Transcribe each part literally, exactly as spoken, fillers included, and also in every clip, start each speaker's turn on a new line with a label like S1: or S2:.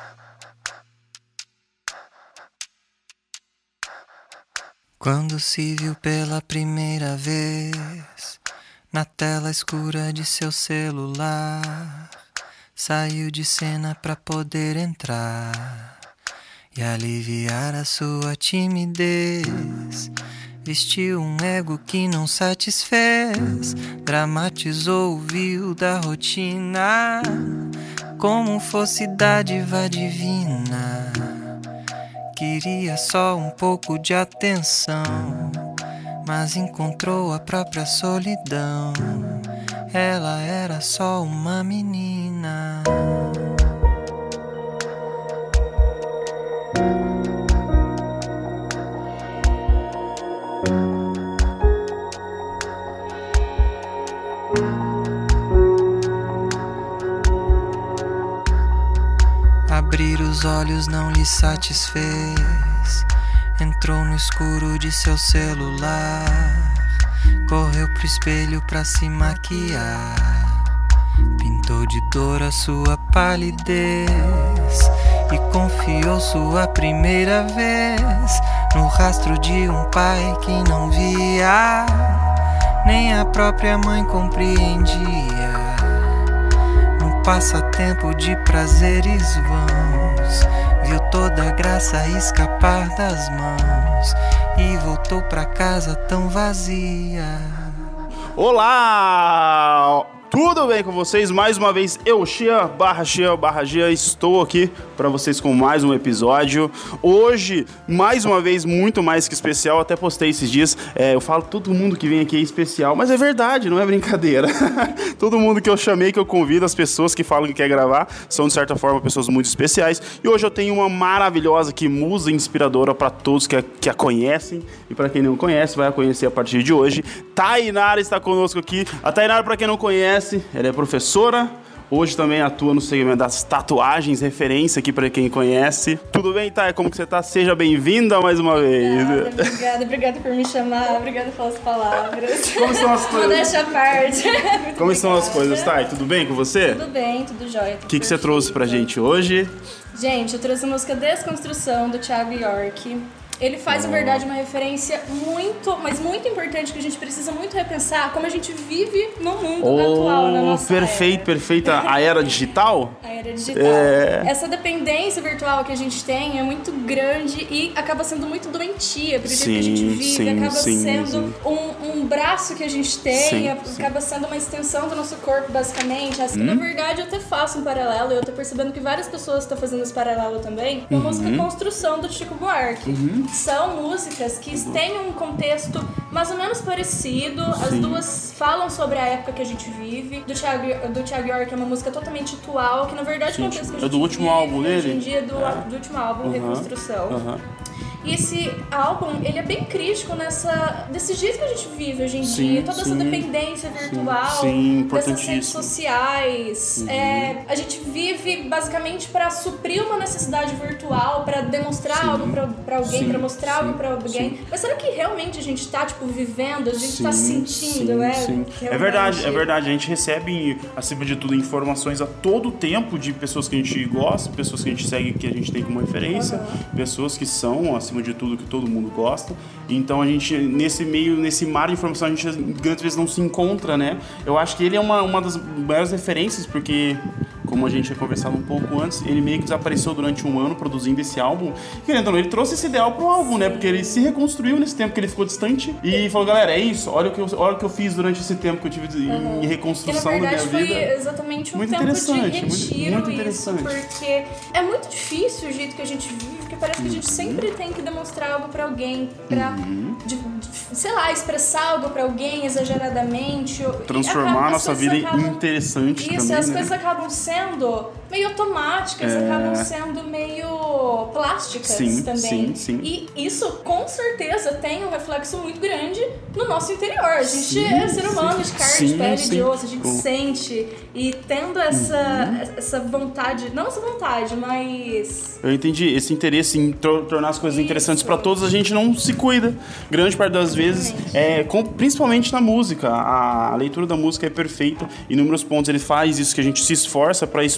S1: Quando se viu pela primeira vez na tela escura de seu celular, saiu de cena pra poder entrar e aliviar a sua timidez. Vestiu um ego que não satisfez, dramatizou o vil da rotina, como fosse dádiva divina. Queria só um pouco de atenção, mas encontrou a própria solidão. Ela era só uma menina. Abrir os olhos não lhe satisfez, entrou no escuro de seu celular, correu pro espelho pra se maquiar, pintou de dor a sua palidez e confiou sua primeira vez no rastro de um pai que não via, nem a própria mãe compreendia. Passatempo de prazeres vãos, viu toda a graça escapar das mãos e voltou pra casa tão vazia.
S2: Olá! Tudo bem com vocês? Mais uma vez, eu, Xian, barra Xian, barra Gia, estou aqui para vocês com mais um episódio. Hoje, mais uma vez, muito mais que especial, até postei esses dias, é, eu falo todo mundo que vem aqui é especial, mas é verdade, não é brincadeira. Todo mundo que eu chamei, que eu convido, as pessoas que falam que quer gravar, são de certa forma pessoas muito especiais. E hoje eu tenho uma maravilhosa aqui, musa inspiradora para todos que a, que a conhecem, e para quem não conhece, vai a conhecer a partir de hoje. Tainara está conosco aqui. A Tainara, para quem não conhece, ela é professora, hoje também atua no segmento das tatuagens, referência aqui para quem conhece. Tudo bem, Thay? Como que você tá? Seja bem-vinda mais uma vez.
S3: Obrigada, obrigada, obrigada por me chamar, obrigada pelas palavras.
S2: Como estão as coisas?
S3: Modéstia à parte.
S2: Como estão as coisas, Thay? Tudo bem com você?
S3: Tudo bem, tudo jóia.
S2: O que, que você trouxe pra gente hoje?
S3: Gente, eu trouxe a música Desconstrução, do Thiago York. Ele faz, na verdade, uma referência muito, mas muito importante, que a gente precisa muito repensar como a gente vive no mundo
S2: oh,
S3: atual, na nossa
S2: perfeito,
S3: era.
S2: perfeita. A era digital?
S3: A era digital.
S2: É...
S3: Essa dependência virtual que a gente tem é muito grande e acaba sendo muito doentia, porque
S2: sim,
S3: que a gente vive,
S2: sim,
S3: acaba
S2: sim,
S3: sendo
S2: sim.
S3: Um, um braço que a gente tem,
S2: sim,
S3: acaba
S2: sim.
S3: sendo uma extensão do nosso corpo, basicamente. Assim, hum? Na verdade, eu até faço um paralelo, eu tô percebendo que várias pessoas estão fazendo esse paralelo também, com a uhum. música Construção, do Chico Buarque. Uhum. São músicas que têm um contexto mais ou menos parecido. Sim. As duas falam sobre a época que a gente vive. Do Thiago, do Thiago York é uma música totalmente atual, que na verdade
S2: Sim,
S3: o contexto que a gente
S2: é do último
S3: vive,
S2: álbum dele?
S3: Hoje em dia é do,
S2: é.
S3: do último álbum, uhum. Reconstrução.
S2: Uhum.
S3: E esse álbum, ele é bem crítico nessa, desses dias que a gente vive hoje em
S2: sim,
S3: dia, toda
S2: sim,
S3: essa dependência virtual,
S2: sim,
S3: dessas redes sociais.
S2: Uhum.
S3: É, a gente vive basicamente para suprir uma necessidade virtual, para demonstrar sim, algo para alguém, para mostrar sim, algo para alguém. Sim. Mas será que realmente a gente tá, tipo, vivendo, a gente sim, tá sentindo,
S2: sim,
S3: é?
S2: Sim. É verdade, é verdade. A gente recebe, acima de tudo, informações a todo tempo de pessoas que a gente gosta, pessoas que a gente segue, que a gente tem como referência, uhum. pessoas que são, acima de tudo, que todo mundo gosta. Então a gente, nesse meio, nesse mar de informação, a gente grandes vezes não se encontra, né? Eu acho que ele é uma, uma das maiores referências, porque, como a gente tinha conversado um pouco antes, ele meio que desapareceu durante um ano produzindo esse álbum. E, querendo ou não, ele trouxe esse ideal pro álbum, né? Porque ele se reconstruiu nesse tempo que ele ficou distante e falou, galera, é isso, olha o que eu, olha o que eu fiz durante esse tempo que eu tive de, uhum. em reconstrução
S3: que, na verdade,
S2: da minha vida.
S3: Foi exatamente um
S2: muito
S3: tempo
S2: interessante,
S3: de retiro,
S2: muito, muito interessante.
S3: Isso, porque é muito difícil o jeito que a gente vive, porque parece que a gente sempre tem que demonstrar algo pra alguém, pra, uhum. de, de, sei lá, expressar algo pra alguém exageradamente.
S2: Transformar a nossa vida
S3: acabam,
S2: interessante
S3: isso,
S2: também,
S3: e as
S2: né?
S3: coisas acabam sendo meio automáticas, é... acabam sendo meio plásticas
S2: sim,
S3: também.
S2: Sim, sim.
S3: E isso, com certeza, tem um reflexo muito grande no nosso interior. A gente sim, é ser humano, de carne, sim, de pele, sim. de osso, a gente oh. sente. E tendo essa, uhum. essa vontade, não essa vontade, mas...
S2: Eu entendi, esse interesse em tor- tornar as coisas isso. interessantes pra todos, a gente não se cuida. Grande parte das vezes, é, com, principalmente na música. A, a leitura da música é perfeita. Em inúmeros pontos ele faz isso, que a gente se esforça pra expor uma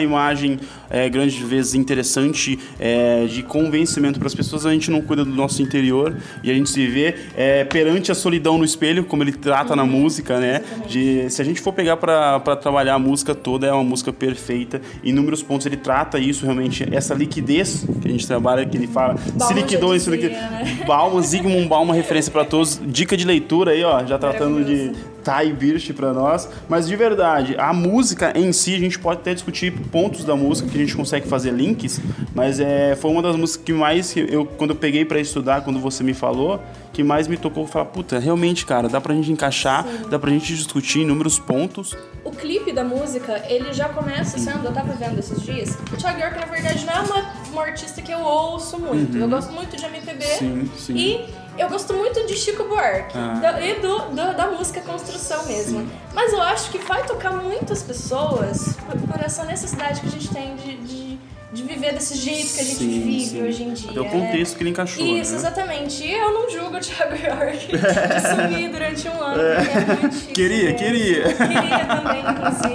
S2: uma imagem é, grande de vezes interessante, é, de convencimento para as pessoas, a gente não cuida do nosso interior e a gente se vê é, perante a solidão no espelho, como ele trata na música, né? De, se a gente for pegar para trabalhar a música toda, é uma música perfeita. Em inúmeros pontos ele trata isso realmente, essa liquidez que a gente trabalha, que ele fala,
S3: Bauman
S2: se liquidou, isso liquidou. Né? Bauman, Zygmunt Bauman, referência para todos. Dica de leitura aí, ó, já tratando de Ty Birch para nós. Mas de verdade, a música em si, a gente pode até discutir pontos da música que a gente consegue fazer links, mas é, foi uma das músicas que mais, eu, quando eu peguei para estudar, quando você me falou, que mais me tocou, falar, puta, realmente, cara, dá pra gente encaixar, Sim. dá pra gente discutir inúmeros pontos.
S3: O clipe da música, ele já começa sendo, eu tava vendo esses dias, o Thiago York, na verdade, não é uma, uma artista que eu ouço muito. Uhum. Eu gosto muito de M P B
S2: sim, sim.
S3: e eu gosto muito de Chico Buarque ah. da, e do, do, da música Construção mesmo. Sim. Mas eu acho que vai tocar muitas pessoas por, por essa necessidade que a gente tem de, de de viver desse jeito que a gente sim, vive sim. hoje em dia.
S2: Até o contexto né? que ele encaixou.
S3: Isso,
S2: né?
S3: exatamente. E eu não julgo o Thiago York de sumir durante um ano, é. porque é muito difícil.
S2: Queria,
S3: mesmo.
S2: queria.
S3: Queria também,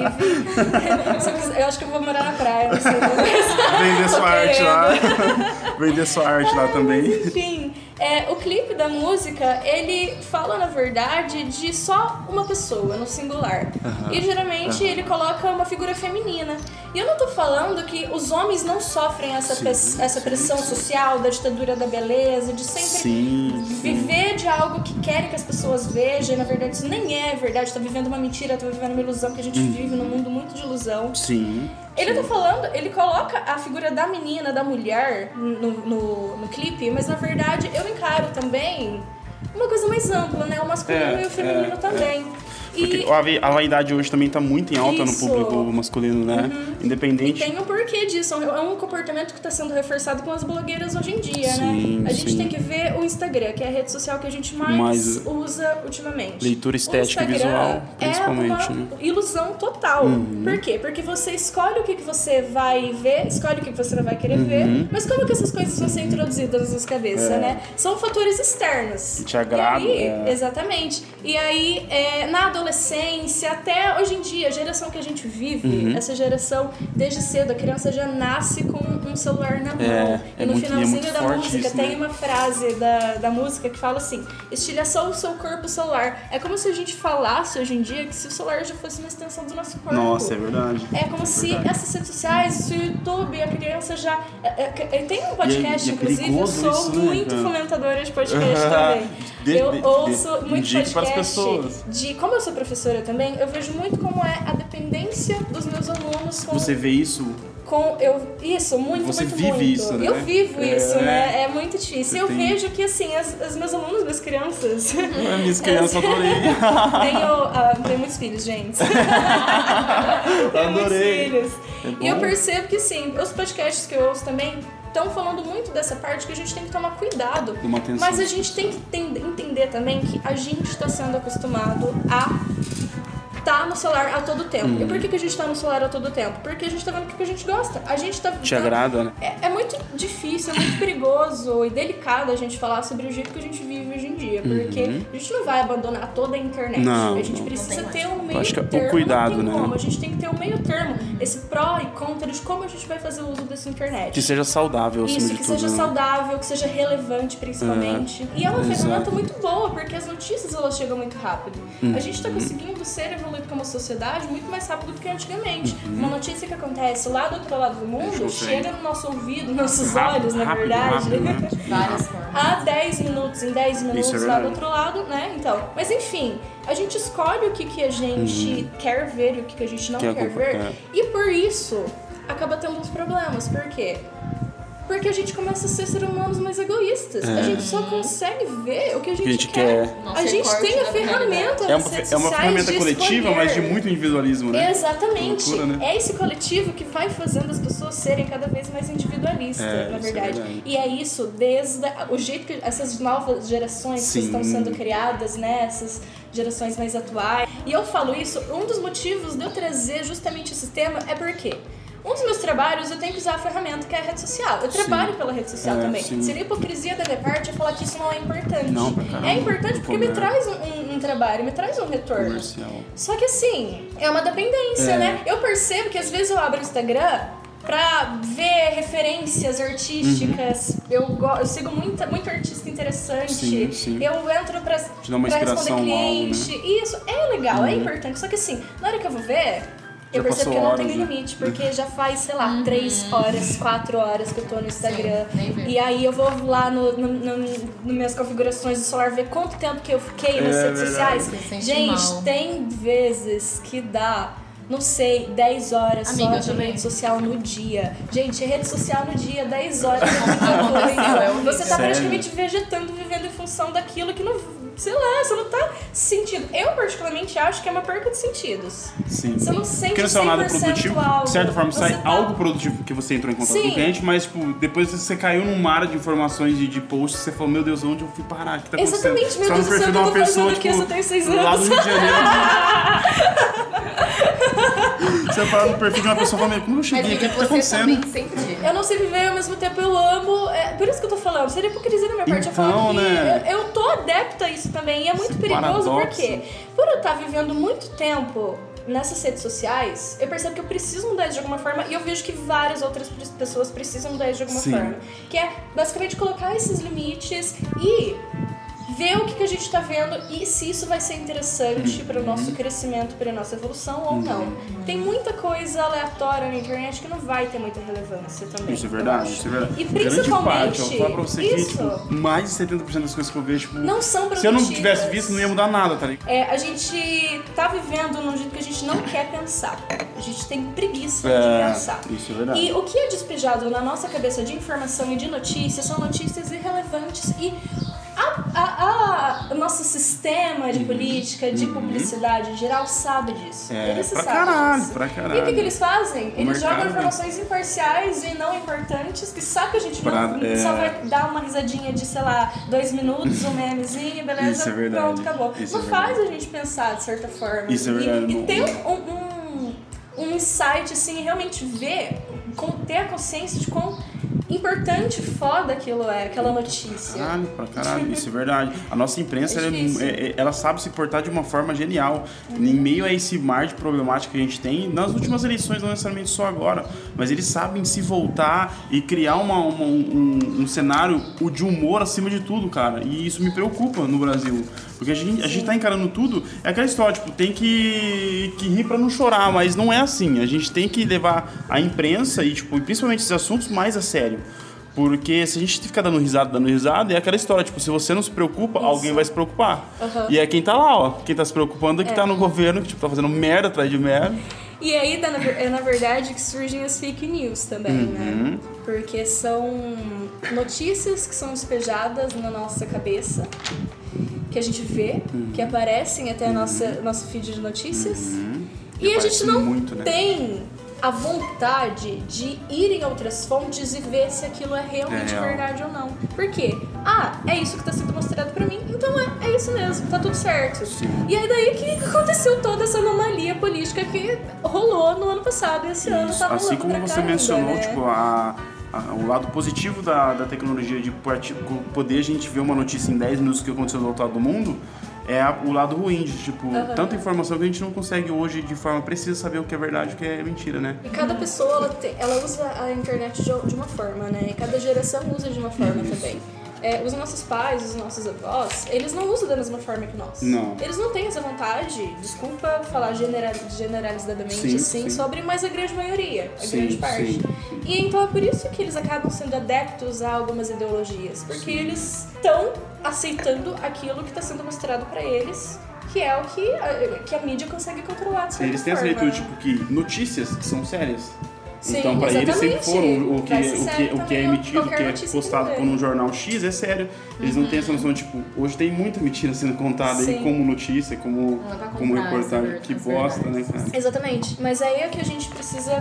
S3: inclusive. Eu acho que eu vou morar na praia, não sei.
S2: Vender sua arte lá. Vender sua arte lá também.
S3: Mas, enfim. É, o clipe da música, ele fala, na verdade, de só uma pessoa, no singular. Uhum. E, geralmente, uhum. ele coloca uma figura feminina. E eu não tô falando que os homens não sofrem essa, sim, pe- essa pressão sim. social da ditadura da beleza, de sempre
S2: sim,
S3: viver sim. de algo que querem que as pessoas vejam. E, na verdade, isso nem é verdade. Tá vivendo uma mentira, tá vivendo uma ilusão, que a gente uhum. vive num mundo muito de ilusão.
S2: Sim.
S3: Ele tá falando, ele coloca a figura da menina, da mulher no, no, no clipe, mas na verdade eu encaro também uma coisa mais ampla, né? O masculino é, e o feminino é, também.
S2: É. Porque e... a vaidade hoje também tá muito em alta Isso. no público masculino, né? Uhum. Independente.
S3: E tem um porquê disso. É um comportamento que tá sendo reforçado com as blogueiras hoje em dia,
S2: sim,
S3: né? A gente
S2: sim.
S3: tem que ver o Instagram, que é a rede social que a gente mais Mas,
S2: usa
S3: ultimamente.
S2: Leitura estética e visual, principalmente.
S3: É uma
S2: né?
S3: ilusão total.
S2: Uhum.
S3: Por quê? Porque você escolhe o que, que você vai ver, escolhe o que, que você não vai querer uhum. ver, mas como que essas coisas vão ser introduzidas na sua cabeça, é. né? São fatores externos.
S2: Que te agrada.
S3: E aí,
S2: é.
S3: Exatamente. E aí, é, na adolescência, até hoje em dia, a geração que a gente vive, uhum. essa geração, desde cedo, a criança já nasce com um celular na mão.
S2: É,
S3: e
S2: é
S3: no
S2: muito,
S3: finalzinho
S2: é
S3: da música
S2: isso,
S3: tem
S2: né?
S3: uma frase da, da música que fala assim: estilhação o seu corpo celular. É como se a gente falasse hoje em dia que se o celular já fosse uma extensão do nosso corpo.
S2: Nossa, é verdade.
S3: É como
S2: é
S3: se
S2: verdade.
S3: essas redes sociais, o YouTube, a criança já... É, é, tem um podcast,
S2: e é, e é
S3: inclusive, eu sou
S2: isso,
S3: muito
S2: né,
S3: fomentadora de podcast também.
S2: De,
S3: eu
S2: de,
S3: ouço
S2: de,
S3: muito
S2: de
S3: podcast de... Como eu sou professora também, eu vejo muito como é a dependência dos meus alunos com...
S2: Você vê isso...
S3: Com, eu, isso, muito,
S2: Você
S3: muito,
S2: vive
S3: muito.
S2: isso, né?
S3: Eu vivo
S2: é,
S3: isso, né? É muito difícil.
S2: Você
S3: Eu
S2: tem...
S3: vejo que, assim, as, as meus alunos, minhas crianças...
S2: Minhas crianças, adorei.
S3: tenho, uh, tenho muitos filhos, gente. tenho
S2: adorei.
S3: muitos filhos.
S2: É
S3: e eu percebo que, sim, os podcasts que eu ouço também estão falando muito dessa parte que a gente tem que tomar cuidado. Mas a gente tem que tem, entender também que a gente está sendo acostumado a... tá no celular a todo tempo. Uhum. E por que, que a gente tá no celular a todo tempo? Porque a gente tá vendo o que, que a gente gosta. A gente tá...
S2: Te agrada, né?
S3: É, é muito difícil, é muito perigoso e delicado a gente falar sobre o jeito que a gente vive hoje em dia. Porque uhum. a gente não vai abandonar toda a internet.
S2: Não,
S3: a gente
S2: não.
S3: precisa
S2: não
S3: ter um meio
S2: Acho que é
S3: termo.
S2: o cuidado,
S3: não tem
S2: né?
S3: como. A gente tem que ter um meio termo. Esse pró e contra de como a gente vai fazer o uso dessa internet.
S2: Que seja saudável,
S3: Isso,
S2: acima de
S3: que
S2: tudo,
S3: seja
S2: né?
S3: saudável, que seja relevante, principalmente. Uhum. E é uma
S2: Exato.
S3: ferramenta muito boa, porque as notícias elas chegam muito rápido.
S2: Uhum.
S3: A gente tá conseguindo ser evoluído como sociedade muito mais rápido do que antigamente.
S2: Uhum.
S3: Uma notícia que acontece lá do outro lado do mundo chega no nosso ouvido, nos nossos
S2: rápido,
S3: olhos, na
S2: rápido,
S3: verdade.
S2: rápido, né?
S3: Várias formas. Há dez minutos, em dez minutos,
S2: é
S3: lá do outro lado, né? Então, mas enfim, a gente escolhe o que, que a gente uhum. quer ver e o que, que a gente não que quer ver. É. E por isso, acaba tendo uns problemas. Por quê? Porque a gente começa a ser seres humanos mais egoístas. É. A gente só consegue ver o que a gente,
S2: que a gente
S3: quer.
S2: quer.
S3: Nossa, a gente tem a ferramenta
S2: é uma, é uma ferramenta coletiva, mas de muito individualismo, né?
S3: Exatamente.
S2: Loucura, né?
S3: É esse coletivo que vai fazendo as pessoas serem cada vez mais individualistas,
S2: é,
S3: na verdade.
S2: É verdade.
S3: E é isso desde a, o jeito que essas novas gerações Sim. que estão sendo criadas, né? Essas gerações mais atuais. E eu falo isso, um dos motivos de eu trazer justamente esse tema é porque... Um dos meus trabalhos, eu tenho que usar a ferramenta que é a rede social. Eu trabalho sim. pela rede social é, também. Sim. Seria hipocrisia da minha parte eu falar que isso não é importante.
S2: Não, pra caramba.
S3: É importante porque me traz um, um um trabalho, me traz um retorno.
S2: Comercial.
S3: Só que assim, é uma dependência,
S2: É.
S3: né? Eu percebo que às vezes eu abro o Instagram pra ver referências artísticas. Uhum. Eu, go- eu sigo muita, muito artista interessante.
S2: Sim, sim.
S3: Eu entro pra,
S2: Te dá uma
S3: pra
S2: inspiração
S3: responder
S2: no algo,
S3: cliente.
S2: né?
S3: Isso é legal,
S2: Uhum.
S3: é importante. Só que assim, na hora que eu vou ver, eu
S2: Já
S3: percebo
S2: passou
S3: que eu não
S2: horas,
S3: tenho
S2: né?
S3: limite. Porque já faz, sei lá, três horas, quatro horas que eu tô no Instagram.
S4: Sim, nem vejo.
S3: E aí eu vou lá no, no, no, no minhas configurações do celular ver quanto tempo que eu fiquei nas
S2: É
S3: redes
S2: verdade.
S3: sociais.
S4: Você sente
S3: Gente,
S4: mal.
S3: tem vezes que dá, não sei, dez horas
S4: Amiga,
S3: só
S4: eu
S3: de
S4: também.
S3: rede social no dia. Gente, rede social no dia, dez horas é muita coisa.
S4: É horrível.
S3: Você tá
S2: Sério?
S3: praticamente vegetando, vivendo em função daquilo que não, sei lá, você não tá sentindo. Eu particularmente acho que é uma perca de sentidos.
S2: Sim.
S3: Você não sente
S2: Porque não saiu nada
S3: cem por cento
S2: produtivo.
S3: algo.
S2: De certa forma,
S3: Você
S2: sai
S3: tá-
S2: algo produtivo que você entrou em contato
S3: Sim.
S2: com o cliente, mas tipo, depois você caiu num mar de informações e de posts, você falou, meu Deus, onde eu fui parar? O que tá acontecendo?
S3: Exatamente, meu
S2: Você tá no
S3: Deus do céu,
S2: perfil
S3: o
S2: de
S3: que eu
S2: uma
S3: tô fazendo
S2: pessoa,
S3: aqui? Eu
S2: tipo,
S3: só tenho seis
S2: do lado
S3: anos.
S2: do Rio de Janeiro. Você vai parar no perfil de uma pessoa e fala, como eu
S4: Mas,
S2: cheguei aqui?
S4: amiga,
S2: O que tá
S4: você
S2: acontecendo?
S4: também sempre...
S3: Eu não sei viver e ao mesmo tempo eu amo. É, por isso que eu tô falando, seria hipocrisia da minha parte.
S2: Então,
S3: eu falo que
S2: né?
S3: eu, eu tô adepta a isso também. E é muito
S2: Esse
S3: perigoso
S2: paradoxo.
S3: porque, por eu estar vivendo muito tempo nessas redes sociais, eu percebo que eu preciso mudar isso de alguma forma e eu vejo que várias outras pessoas precisam mudar isso de alguma
S2: Sim.
S3: forma. Que é basicamente colocar esses limites e ver o que, que a gente tá vendo e se isso vai ser interessante para o nosso crescimento, para a nossa evolução ou não. Tem muita coisa aleatória na internet que não vai ter muita relevância também.
S2: Isso é
S3: eu
S2: verdade,
S3: acho.
S2: isso é verdade.
S3: E
S2: Grande
S3: principalmente,
S2: parte, eu vou falar pra você que
S3: isso
S2: tipo, mais de setenta por cento das coisas que eu vejo, tipo,
S3: não são produtivas.
S2: se eu não tivesse visto, não ia mudar nada, tá ligado?
S3: É, a gente tá vivendo num jeito que a gente não quer pensar. A gente tem preguiça
S2: É,
S3: de pensar.
S2: isso é verdade.
S3: E o que é despejado na nossa cabeça de informação e de notícias são notícias irrelevantes e a, a, a, o nosso sistema de política, de publicidade em geral sabe disso.
S2: É,
S3: Eles
S2: pra
S3: sabem
S2: caralho,
S3: disso.
S2: pra caralho.
S3: E o que, que eles fazem? Eles
S2: mercado,
S3: jogam
S2: né?
S3: informações imparciais e não importantes que sabe que a gente
S2: Pra-
S3: não,
S2: é.
S3: só vai dar uma risadinha de, sei lá, dois minutos, um memezinho, beleza?
S2: Isso é verdade.
S3: Pronto, acabou.
S2: Isso
S3: não
S2: é
S3: faz
S2: verdade.
S3: a gente pensar de certa forma.
S2: Isso é
S3: E-
S2: verdade,
S3: E,
S2: não-
S3: ter um, um, um insight, assim, realmente ver, com, ter a consciência de quão importante, foda aquilo é, aquela notícia.
S2: Caralho, pra caralho, isso é verdade. A nossa imprensa,
S3: É
S2: ela, é-
S3: difícil.
S2: é- ela sabe se portar de uma forma genial. Em meio a esse mar de problemática que a gente tem, nas últimas eleições, não necessariamente só agora, mas eles sabem se voltar e criar uma, uma- um, um cenário de humor acima de tudo, cara. E isso me preocupa no Brasil. Porque a gente, a gente tá encarando tudo, é aquela história, tipo, tem que, que rir pra não chorar, mas não é assim. A gente tem que levar a imprensa e, tipo, principalmente esses assuntos mais a sério. Porque se a gente ficar dando risada, dando risada, é aquela história, tipo, se você não se preocupa,
S3: Isso.
S2: alguém vai se preocupar.
S3: Uhum.
S2: E é quem tá lá, ó. Quem tá se preocupando é que
S3: É.
S2: tá no governo, que tipo, tá fazendo merda atrás de merda.
S3: E aí, na, é na verdade que surgem as fake news também, né? Porque são notícias que são despejadas na nossa cabeça, que a gente vê, que aparecem até a nossa, nosso feed de notícias. E a gente
S2: aparecem
S3: não
S2: muito, né?
S3: tem a vontade de ir em outras fontes e ver se aquilo é realmente
S2: É real.
S3: verdade ou não. Por quê? Ah, é isso que tá sendo mostrado pra mim, então é, é isso mesmo, tá tudo certo.
S2: Sim.
S3: E aí daí que aconteceu toda essa anomalia política que rolou no ano passado e esse ano
S2: Isso.
S3: tá rolando
S2: Assim como
S3: pra
S2: você
S3: caramba,
S2: mencionou,
S3: né?
S2: tipo, a, a- o lado positivo da, da tecnologia de parti- poder a gente ver uma notícia em dez minutos que aconteceu do outro lado do mundo, é a- o lado ruim de, tipo,
S3: Aham.
S2: tanta informação que a gente não consegue hoje de forma precisa saber o que é verdade e o que é mentira, né?
S3: E cada pessoa, ela, tem- ela usa a internet de, de uma forma, né? E cada geração usa de uma forma também. É, os nossos pais, os nossos avós, eles não usam da mesma forma que nós.
S2: Não.
S3: Eles não têm essa vontade, desculpa falar general, generalizadamente
S2: Sim,
S3: assim,
S2: sim.
S3: sobre, mas a grande maioria, a
S2: Sim,
S3: grande parte.
S2: sim.
S3: E então é por isso que eles acabam sendo adeptos a algumas ideologias, porque eles estão aceitando aquilo que está sendo mostrado pra eles, que é o que a, que a mídia consegue controlar de certa
S2: Eles têm essa
S3: forma.
S2: leitura, tipo, que notícias que são sérias.
S3: Sim,
S2: Então, pra eles sempre
S3: exatamente.
S2: foram o que,
S3: Vai ser
S2: o que,
S3: sério
S2: o que é
S3: também,
S2: emitido, o que
S3: qualquer
S2: é
S3: notícia
S2: postado
S3: que
S2: por
S3: vê.
S2: um jornal X é sério. Eles não têm essa noção, tipo, hoje tem muita mentira sendo contada aí
S3: Sim.
S2: como notícia, como,
S4: Não dá pra
S2: como
S4: comprar
S2: reportagem.
S4: essa
S2: Que
S4: verdade,
S2: bosta, né,
S4: essa
S2: cara?
S3: Exatamente, mas aí é que a gente precisa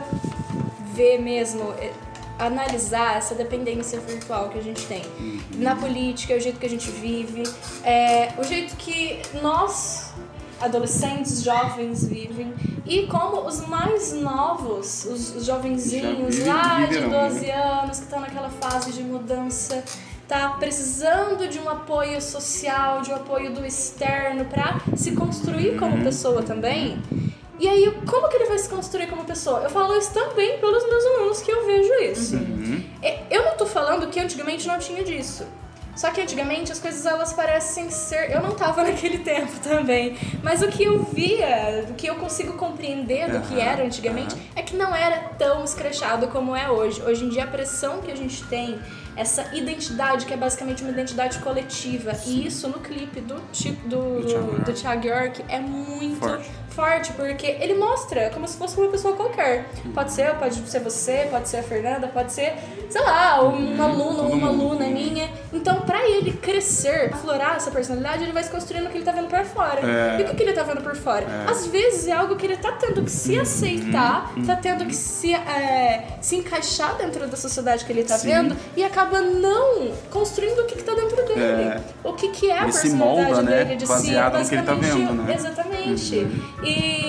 S3: ver mesmo, é, analisar essa dependência virtual que a gente tem. Na política, o jeito que a gente vive, é, o jeito que nós, adolescentes, jovens, vivem e como os mais novos, os, os jovenzinhos
S2: Já vivem-
S3: lá de
S2: viverão,
S3: doze
S2: né?
S3: anos, que estão naquela fase de mudança, tá precisando de um apoio social, de um apoio do externo pra se construir como pessoa também. E aí, como que ele vai se construir como pessoa? Eu falo isso também pelos meus alunos, que eu vejo isso.
S2: Uhum.
S3: Eu não tô falando que antigamente não tinha disso. Só que antigamente as coisas elas parecem ser... Eu não tava naquele tempo também. Mas o que eu via, o que eu consigo compreender do que era antigamente, é que não era tão escrachado como é hoje. Hoje em dia a pressão que a gente tem, essa identidade que é basicamente uma identidade coletiva. Sim. E isso no clipe do, do, do, do Thiago York é muito forte. forte, porque ele mostra como se fosse uma pessoa qualquer. Pode ser, pode ser você, pode ser a Fernanda, pode ser, sei lá, um aluno ou uma aluna minha. Então, pra ele crescer, aflorar essa personalidade, ele vai se construindo o que ele tá vendo por fora. É. E o que ele tá vendo por fora? É. Às vezes é algo que ele tá tendo que se aceitar, uhum. tá tendo que se, é, se encaixar dentro da sociedade que ele tá Sim. vendo e acaba não construindo o que, que tá dentro dele. É. O que, que é a
S2: ele
S3: personalidade
S2: se molda,
S3: dele
S2: né?
S3: de
S2: baseado
S3: si,
S2: no que ele tá vendo, né?
S3: Exatamente. Uhum.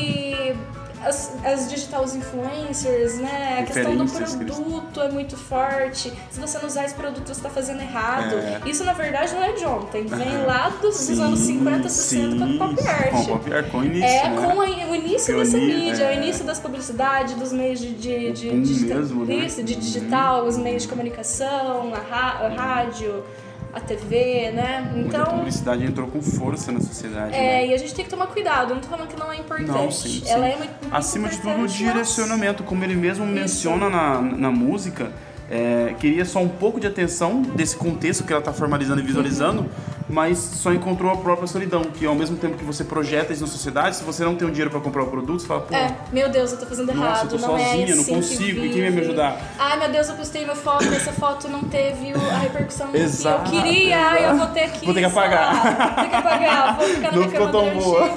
S3: E as, as digital influencers, né? A questão do produto é muito forte. Se você não usar esse produto, você tá fazendo errado. É. Isso, na verdade, não é de ontem. Vem lá dos, sim, dos anos cinquenta, sessenta com a pop art.
S2: Com a pop art, com o início,
S3: É,
S2: né?
S3: com a, o início
S2: Pionir,
S3: dessa mídia,
S2: é.
S3: o início das publicidades, dos meios de, de, de,
S2: um
S3: digital,
S2: mesmo, né?
S3: isso, de digital, os meios de comunicação, a, ra, a rádio, a T V, né? Então,
S2: a publicidade entrou com força na sociedade.
S3: É,
S2: né?
S3: e a gente tem que tomar cuidado. Eu não tô falando que não é importante.
S2: Não, sim, sim.
S3: Ela é muito, muito
S2: Acima de tudo, o
S3: mas...
S2: direcionamento, como ele mesmo Isso. menciona na, na música, é, queria só um pouco de atenção desse contexto que ela está formalizando e visualizando, uhum. mas só encontrou a própria solidão, que ao mesmo tempo que você projeta isso na sociedade, se você não tem o dinheiro para comprar o produto, você fala, pô...
S3: É, meu Deus, eu tô fazendo
S2: nossa,
S3: errado,
S2: eu tô
S3: não
S2: sozinha,
S3: é assim
S2: não consigo,
S3: que
S2: e quem vai me ajudar?
S3: Ai, meu Deus, eu postei uma foto, essa foto não teve a repercussão
S2: exato,
S3: que eu queria,
S2: exato.
S3: ai, eu vou ter que...
S2: Vou ter que apagar.
S3: Lá, vou ter que apagar, vou ficar na
S2: não
S3: minha
S2: ficou
S3: cama
S2: tão boa.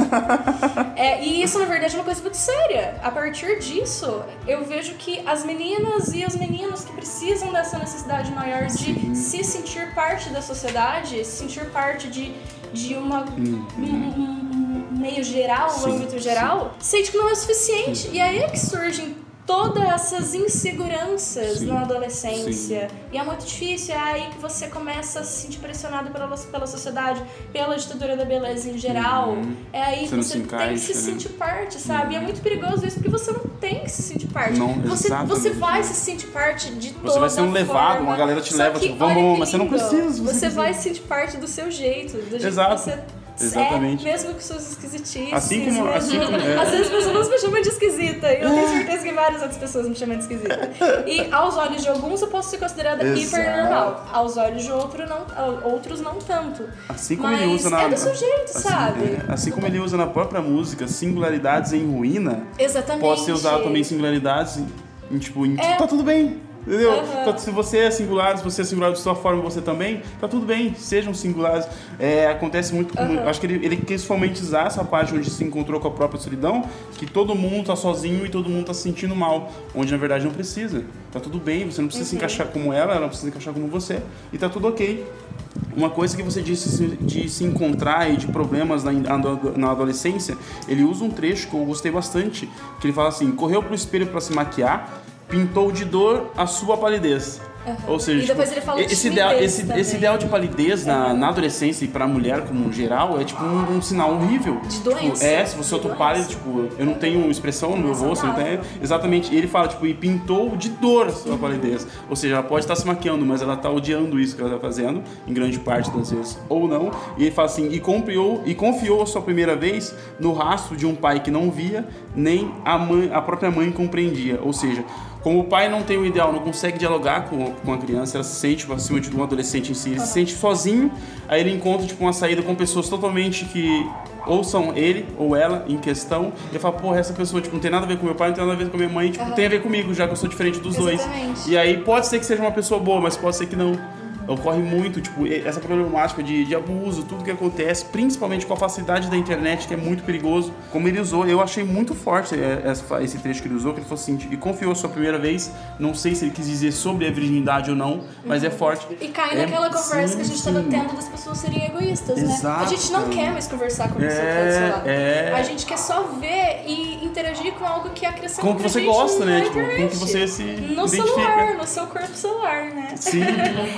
S3: É, e isso, na verdade, é uma coisa muito séria. A partir disso, eu vejo que as meninas e os meninos que precisam dessa necessidade maior de Sim. se sentir parte da sociedade, se sentir parte de, de uma, uhum. um, um, um meio geral, um âmbito geral, sim. sente que não é suficiente. Sim. E aí é que surgem todas essas inseguranças Sim. na adolescência. Sim. E é muito difícil, é aí que você começa a se sentir pressionado pela, pela sociedade, pela ditadura da beleza em geral. Uhum. É aí você que você tem encaixa, que se né? sentir parte, sabe? Uhum. E é muito perigoso isso, porque você não tem que se sentir parte. Não, você, você vai se sentir parte de toda
S2: Você vai ser um
S3: forma.
S2: levado, uma galera te Só leva, tipo, vamos, vamos, mas você não precisa. Você,
S3: você
S2: precisa.
S3: vai se sentir parte do seu jeito, do jeito
S2: Exato.
S3: que você...
S2: Exatamente.
S3: É, mesmo que suas esquisitices.
S2: Assim como... Assim como é.
S3: Às vezes as pessoas me chamam de esquisita. E eu tenho certeza que várias outras pessoas me chamam de esquisita. E aos olhos de alguns eu posso ser considerada
S2: Exato.
S3: hiper normal. Aos olhos de outro, não, outros não tanto.
S2: Assim como
S3: Mas
S2: ele usa na...
S3: é do seu jeito,
S2: assim,
S3: sabe?
S2: É, assim como ele usa na própria música singularidades em ruína.
S3: Exatamente.
S2: Pode ser usado também singularidades em, em tipo, em,
S3: é.
S2: tá tudo bem. Entendeu?
S3: Uhum.
S2: Se você é singular, se você é singular de sua forma, você também, tá tudo bem, sejam singulares. É, acontece muito, com,
S3: uhum.
S2: acho que ele, ele quis fomentizar essa parte onde se encontrou com a própria solidão, que todo mundo tá sozinho e todo mundo tá se sentindo mal, onde na verdade não precisa. Tá tudo bem, você não precisa uhum. se encaixar como ela, ela não precisa se encaixar como você, e tá tudo ok. Uma coisa que você disse de se encontrar e de problemas na, na adolescência, ele usa um trecho que eu gostei bastante, que ele fala assim: correu pro espelho para se maquiar, pintou de dor a sua palidez. Uhum. Ou seja,
S3: e depois
S2: tipo,
S3: ele fala
S2: esse, ideal, esse, esse ideal de palidez na, uhum. na adolescência e pra mulher como geral é tipo um, um sinal horrível.
S3: De doença.
S2: Tipo, é, se você eu tô pálido, tipo, eu não tenho expressão no meu rosto, não tenho. Exatamente. E ele fala, tipo, e pintou de dor a sua uhum. palidez. Ou seja, ela pode estar se maquiando, mas ela tá odiando isso que ela tá fazendo, em grande parte das vezes, ou não. E ele fala assim, e confiou, e confiou a sua primeira vez no rastro de um pai que não via, nem a, mãe, a própria mãe compreendia. Ou seja, como o pai não tem o ideal, não consegue dialogar com, com a criança, ela se sente, tipo, acima de um adolescente em si, ele se sente sozinho, aí ele encontra tipo, uma saída com pessoas totalmente que ou são ele ou ela em questão, e ele fala, porra, essa pessoa tipo, não tem nada a ver com meu pai, não tem nada a ver com a minha mãe, tipo, uhum. tem a ver comigo, já que eu sou diferente dos
S3: Exatamente.
S2: dois. E aí pode ser que seja uma pessoa boa, mas pode ser que não. Ocorre muito, tipo, essa problemática de, de abuso, tudo que acontece, principalmente com a facilidade da internet, que é muito perigoso. Como ele usou, eu achei muito forte essa, esse trecho que ele usou, que ele falou assim, e confiou a sua primeira vez, não sei se ele quis dizer sobre a virgindade ou não, mas uhum. é forte.
S3: E cai
S2: é,
S3: naquela conversa
S2: sim,
S3: que a gente
S2: sim.
S3: estava tendo das pessoas serem egoístas,
S2: Exato.
S3: né? A gente não quer mais conversar com a pessoa
S2: é,
S3: que tá do seu lado.
S2: É...
S3: A gente quer só ver e interagir com algo que acrescenta
S2: com que você gosta, né? Tipo, com que você se
S3: no
S2: identifica.
S3: celular, no seu corpo celular, né?
S2: Sim, que loucura.
S3: E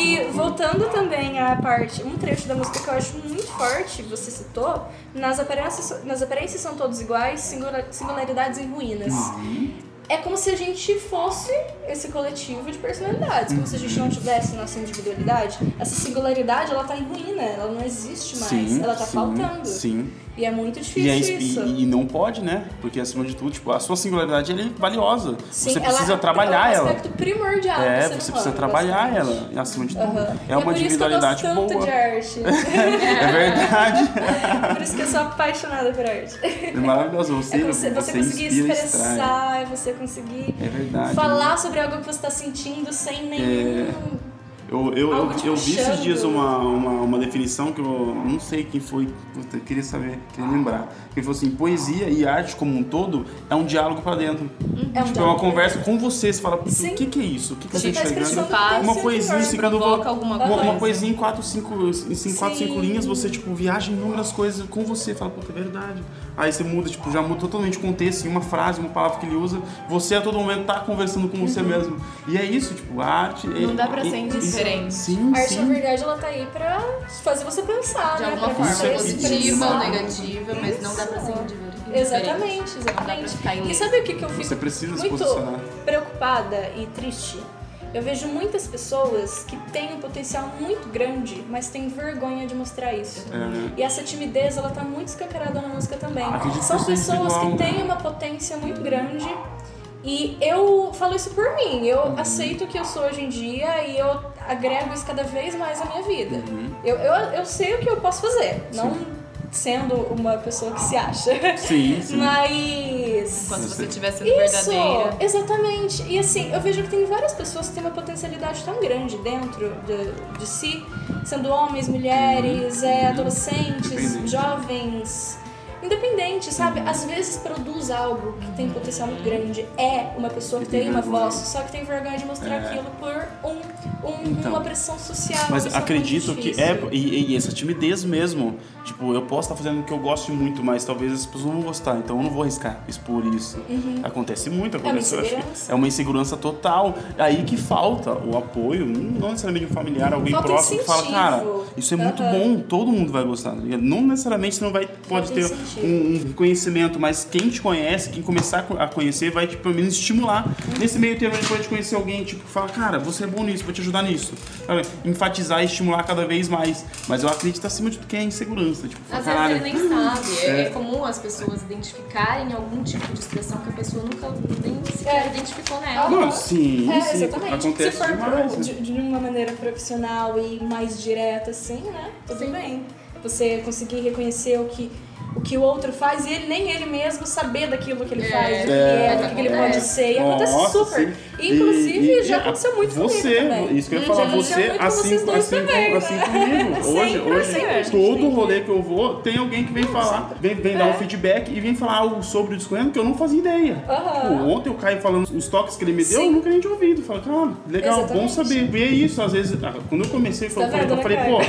S3: E voltando também à parte, um trecho da música que eu acho muito forte, você citou, nas aparências, nas aparências são todos iguais, singularidades em ruínas.
S2: Uhum.
S3: É como se a gente fosse esse coletivo de personalidades, como se a gente não tivesse nossa individualidade. Essa singularidade, ela tá em ruína, ela não existe mais,
S2: Sim,
S3: ela tá
S2: sim,
S3: faltando.
S2: Sim.
S3: E é muito
S2: E,
S3: difícil
S2: é,
S3: isso.
S2: e, e não pode, né? Porque acima de tudo, tipo, a sua singularidade ela é valiosa.
S3: Sim,
S2: você precisa
S3: ela
S2: trabalhar
S3: é um
S2: ela.
S3: aspecto primordial
S2: É,
S3: do ser
S2: você
S3: humano,
S2: precisa trabalhar
S3: basicamente.
S2: ela, acima de tudo.
S3: Uhum.
S2: É
S3: e
S2: uma
S3: é por
S2: individualidade
S3: isso que eu gosto
S2: boa.
S3: tanto de arte.
S2: É verdade.
S3: Por isso que eu sou apaixonada por arte.
S2: É maravilhoso. Você,
S3: É você, você,
S2: você
S3: conseguir
S2: inspira,
S3: expressar,
S2: extrai.
S3: é você conseguir
S2: É verdade.
S3: falar sobre algo que você está sentindo sem nenhum...
S2: Eu, eu, eu,
S3: Algo te
S2: eu vi esses
S3: puxando.
S2: dias uma, uma, uma definição que eu não sei quem foi, eu queria saber, queria lembrar. Ele falou assim, poesia e arte como um todo é um diálogo pra dentro.
S3: É um
S2: Tipo, é uma conversa com você, você fala, o
S3: Sim.
S2: que que é isso? O que que
S3: Você
S2: eu tô
S3: tá
S2: enxergando?
S3: expressando
S2: Uma
S3: tudo
S2: poesia,
S3: isso,
S2: ficando
S4: provoca alguma
S2: uma,
S4: coisa.
S2: uma poesia em quatro, cinco, em quatro,
S3: Sim.
S2: cinco linhas, você tipo viaja em inúmeras coisas com você, fala, puta, é verdade. Aí você muda, tipo, já muda totalmente o contexto, em uma frase, uma palavra que ele usa, você a todo momento tá conversando com você mesmo. E é isso, tipo, a arte...
S4: Não
S2: é,
S4: dá pra ser
S2: é-
S4: indiferente.
S2: Sim,
S3: A arte,
S2: sim.
S3: na verdade, ela tá aí pra fazer você pensar,
S4: De
S3: né?
S4: alguma
S3: Pra
S4: forma,
S3: você
S2: Isso é-
S4: positiva ou
S3: expressar.
S4: negativa, mas não dá pra ser indiferente.
S3: Exatamente,
S4: Não dá pra
S3: exatamente.
S4: ficar em...
S3: E sabe o que, que eu fico
S2: Você precisa se
S3: muito
S2: posicionar.
S3: preocupada e triste? Eu vejo muitas pessoas que têm um potencial muito grande, mas têm vergonha de mostrar isso.
S2: É, né?
S3: E essa timidez, ela tá muito escancarada na música também.
S2: Acredito
S3: São
S2: que seja
S3: pessoas
S2: igual,
S3: que
S2: né?
S3: têm uma potência muito grande. E eu falo isso por mim. Eu
S2: Uhum.
S3: aceito o que eu sou hoje em dia e eu agrego isso cada vez mais à minha vida.
S2: Uhum.
S3: Eu, eu, eu sei o que eu posso fazer, não sendo uma pessoa que se acha.
S2: Sim, sim.
S3: Mas...
S4: Enquanto você estiver sendo
S3: Isso,
S4: verdadeira.
S3: exatamente. E assim, eu vejo que tem várias pessoas que têm uma potencialidade tão grande dentro de, de si, sendo homens, mulheres, é, adolescentes,
S2: Independente.
S3: jovens, independente, sabe? Às vezes produz algo que tem potencial muito grande, é uma pessoa que
S2: E tem
S3: tem uma
S2: vergonha.
S3: voz, só que tem vergonha de mostrar
S2: É.
S3: aquilo por um, um-
S2: Então.
S3: uma pressão social.
S2: Mas
S3: isso é
S2: acredito
S3: muito
S2: que
S3: difícil.
S2: é. E, e essa timidez mesmo. Tipo, eu posso estar fazendo o que eu gosto muito, mas talvez as pessoas não vão gostar. Então eu não vou arriscar expor isso. Acontece muito, acontece.
S3: uma
S2: eu acho que
S3: insegurança.
S2: é uma insegurança total. Aí que falta o apoio, não necessariamente um familiar, alguém
S3: Falta
S2: próximo que fala,
S3: incentivo.
S2: cara, isso é muito
S3: Aham.
S2: bom, todo mundo vai gostar. Não necessariamente você não vai, pode
S3: Falta
S2: ter
S3: incentivo.
S2: um, um conhecimento, mas quem te conhece, quem começar a conhecer, vai tipo, pelo menos estimular. Nesse meio termo a gente pode conhecer alguém, tipo, que fala, cara, você é bom nisso, vou te ajudar nisso. Sabe? Enfatizar e estimular cada vez mais. Mas eu acredito acima de tudo que é insegurança. Tipo,
S4: Às
S2: caralho.
S4: vezes ele nem sabe. É,
S2: É.
S4: é comum as pessoas identificarem algum tipo de expressão que a pessoa nunca nem sequer
S3: É.
S4: identificou nela.
S2: Não, sim,
S3: É,
S2: sim,
S3: exatamente.
S2: acontece
S3: Se for
S2: demais.
S3: pro-
S2: né?
S3: de, de uma maneira profissional e mais direta, assim, né? Tudo
S4: Sim.
S3: bem. Você conseguir reconhecer o que, o que o outro faz e ele, nem ele mesmo saber daquilo que ele
S4: É.
S3: faz, do que
S2: É.
S3: é, do que ele pode
S4: Acontece.
S3: ser. E acontece
S2: Nossa,
S3: super.
S2: sim.
S3: E, inclusive,
S2: E- e-
S3: já
S2: e
S3: aconteceu muito
S2: você,
S3: comigo também.
S2: isso que eu ia
S3: Hum,
S2: falar,
S3: já aconteceu
S2: você,
S3: muito com
S2: assim,
S3: vocês dois
S2: assim,
S3: também,
S2: com, assim
S3: né?
S2: comigo. Hoje,
S3: Sempre,
S2: hoje
S3: sempre, a gente
S2: todo
S3: tem que-
S2: rolê que eu vou, tem alguém que vem falar, vem, vem dar um feedback e vem falar algo sobre o Discorrendo que eu não fazia ideia.
S3: Aham.
S2: Tipo, ontem o Caio falando os toques que ele me deu,
S3: Sim.
S2: eu nunca nem tinha ouvido. Falei, cara, legal, bom
S3: Exatamente.
S2: saber. E é isso, às vezes, ah, quando eu comecei,
S3: Tá
S2: eu falei,
S3: vendo,
S2: eu
S3: né,
S2: falei
S3: Caio?
S2: pô,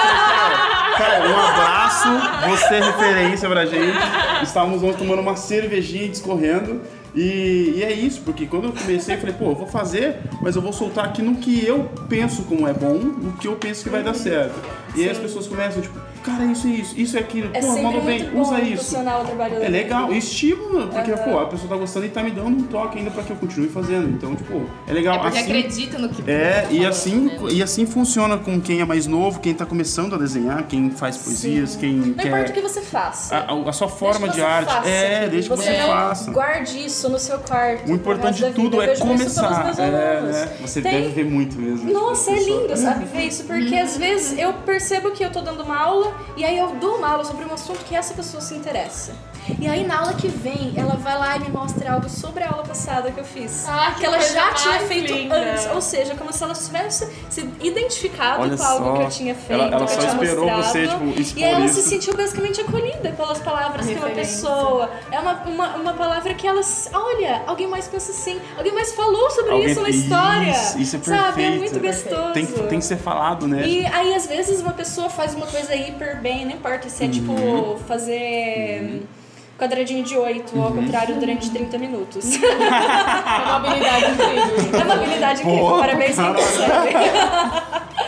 S2: cara, um abraço, você é referência pra gente. Estávamos ontem tomando uma cervejinha e discorrendo. E, e é isso, porque quando eu comecei, eu falei, pô, eu vou fazer, mas eu vou soltar aqui no que eu penso como é bom, no que eu penso que vai dar certo. E aí as pessoas começam, tipo, cara, isso é isso, isso é aquilo,
S3: É
S2: pô,
S3: sempre
S2: mandou
S3: muito
S2: bem,
S3: bom
S2: usa isso.
S3: impulsionar o trabalho
S2: É legal,
S3: dele.
S2: estímulo, porque,
S3: Aham.
S2: pô, a pessoa tá gostando e tá me dando um toque ainda pra que eu continue fazendo. Então, tipo, é legal.
S4: É porque
S2: assim,
S4: acredita no que
S2: é,
S4: tá
S2: e
S4: falando,
S2: assim,
S4: né?
S2: e assim funciona com quem é mais novo, quem tá começando a desenhar, quem faz poesias,
S3: Sim.
S2: quem
S3: Não
S2: quer...
S3: importa o que você faça.
S2: A, a sua forma
S3: Desde que
S2: de
S3: você
S2: arte.
S3: faça
S2: É,
S3: aquilo.
S2: desde que você
S3: não
S2: faça.
S3: Guarde isso no seu quarto.
S2: O importante
S3: pro
S2: de
S3: resto da
S2: tudo
S3: vida.
S2: é
S3: Eu vejo isso pelos
S2: começar.
S3: meus
S2: É,
S3: alunos.
S2: né? Você
S3: Tem-
S2: deve ver muito mesmo.
S3: Nossa, é
S2: Tipo,
S3: lindo,
S2: pessoa-
S3: sabe, ver isso, porque às vezes eu percebo que eu tô dando uma aula e aí eu dou uma aula sobre um assunto que essa pessoa se interessa. E aí na aula que vem, ela vai lá e me mostra algo sobre a aula passada que eu fiz.
S4: Ah, que
S3: que ela
S4: coisa
S3: já
S4: mais
S3: tinha feito
S4: linda.
S3: antes. Ou seja, como se ela tivesse se identificado
S2: Olha
S3: com algo
S2: só,
S3: que eu tinha feito,
S2: ela- ela
S3: que eu
S2: só
S3: tinha
S2: esperou
S3: mostrado.
S2: você, tipo, expor
S3: E aí ela
S2: isso.
S3: se sentiu basicamente acolhida pelas palavras
S4: A
S3: que uma
S4: referência.
S3: pessoa. É uma, uma, uma palavra que ela. Olha, alguém mais pensa assim, alguém mais falou sobre
S2: Alguém-
S3: isso na história.
S2: Isso, isso é
S3: Sabe? É
S2: perfeito.
S3: muito gostoso.
S2: Tem, que- tem que ser falado, né?
S3: E aí, às vezes, uma pessoa faz uma coisa hiper bem, não importa se é
S2: Uhum.
S3: tipo fazer quadradinho de oito ao
S2: Uhum.
S3: contrário durante trinta minutos.
S4: É uma habilidade incrível.
S3: É uma habilidade incrível,
S2: Boa,
S3: parabéns quem
S2: cara.
S3: consegue.